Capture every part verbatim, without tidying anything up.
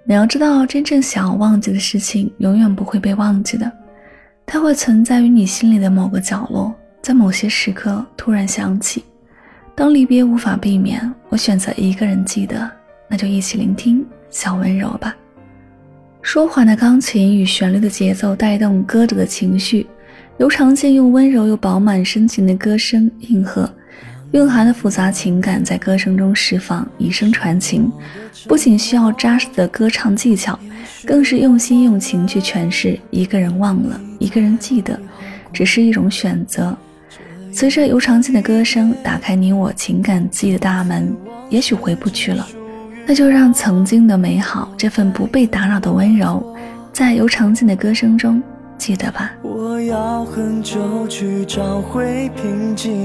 你要知道，真正想要忘记的事情永远不会被忘记的，它会存在于你心里的某个角落，在某些时刻突然想起。当离别无法避免，我选择一个人记得，那就一起聆听小温柔吧。舒缓的钢琴与旋律的节奏带动歌者的情绪，刘长健用温柔又饱满深情的歌声应和，蕴含的复杂情感在歌声中释放，以声传情，不仅需要扎实的歌唱技巧，更是用心用情去诠释一个人忘了，一个人记得，只是一种选择。随着刘长健的歌声打开你我情感记忆的大门，也许回不去了，那就让曾经的美好，这份不被打扰的温柔，在刘长健的歌声中记得吧。 我要很久去找回平静，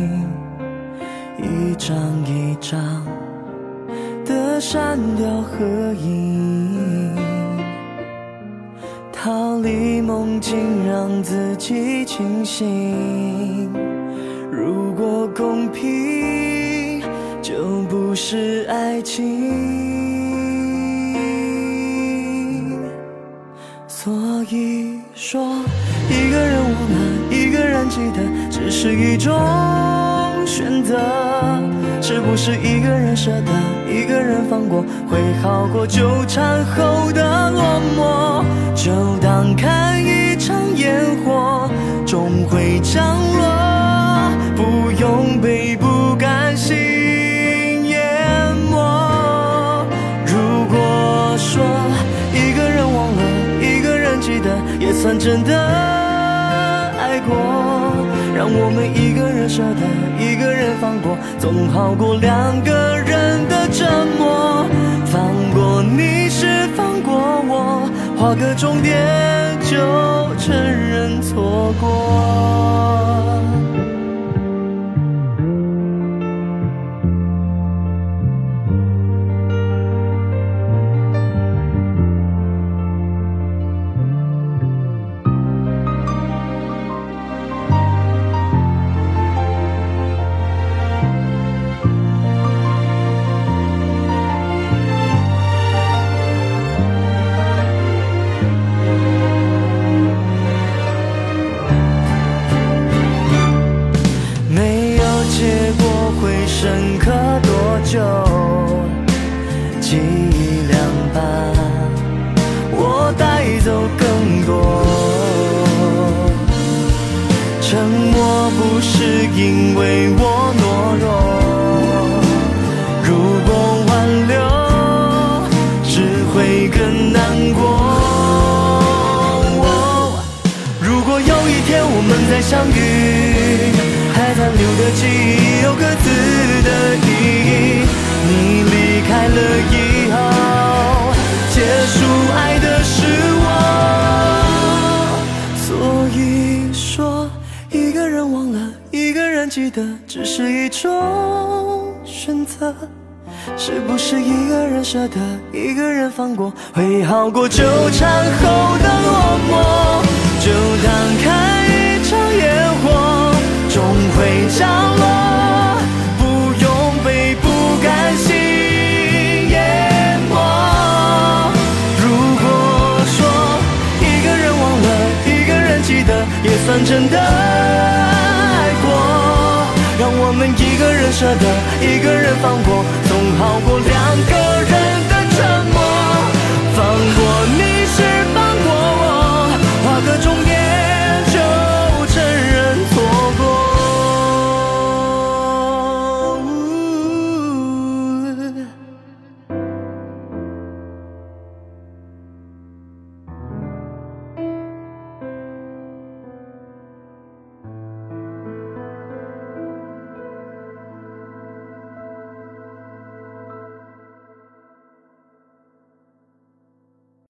一张一张的删掉合影，逃离梦境让自己清醒。如果公平就不是爱情，所以说一个人忘了，一个人记得，只是一种选择。是不是一个人舍得，一个人放过，会好过纠缠后的落寞。就当看一场烟火，终会降落，不用被不甘心淹没。如果说一个人忘了，一个人记得，也算真的爱过。让我们一个人舍得，一个人放过，总好过两个人的折磨。放过你是放过我，画个终点就承认错过。深刻多久，记忆两把我带走更多。沉默不是因为我懦弱，如果挽留只会更难过。哦，如果有一天我们再相遇，还残留的记忆有各自的意义。你离开了以后，结束爱的是我。所以说一个人忘了，一个人记得，只是一种选择。是不是一个人舍得，一个人放过，会好过纠缠后的落寞。就当看一场烟火，终会降落，不用被不甘心淹没。如果说一个人忘了，一个人记得，也算真的爱过。让我们一个人舍得，一个人放过，总好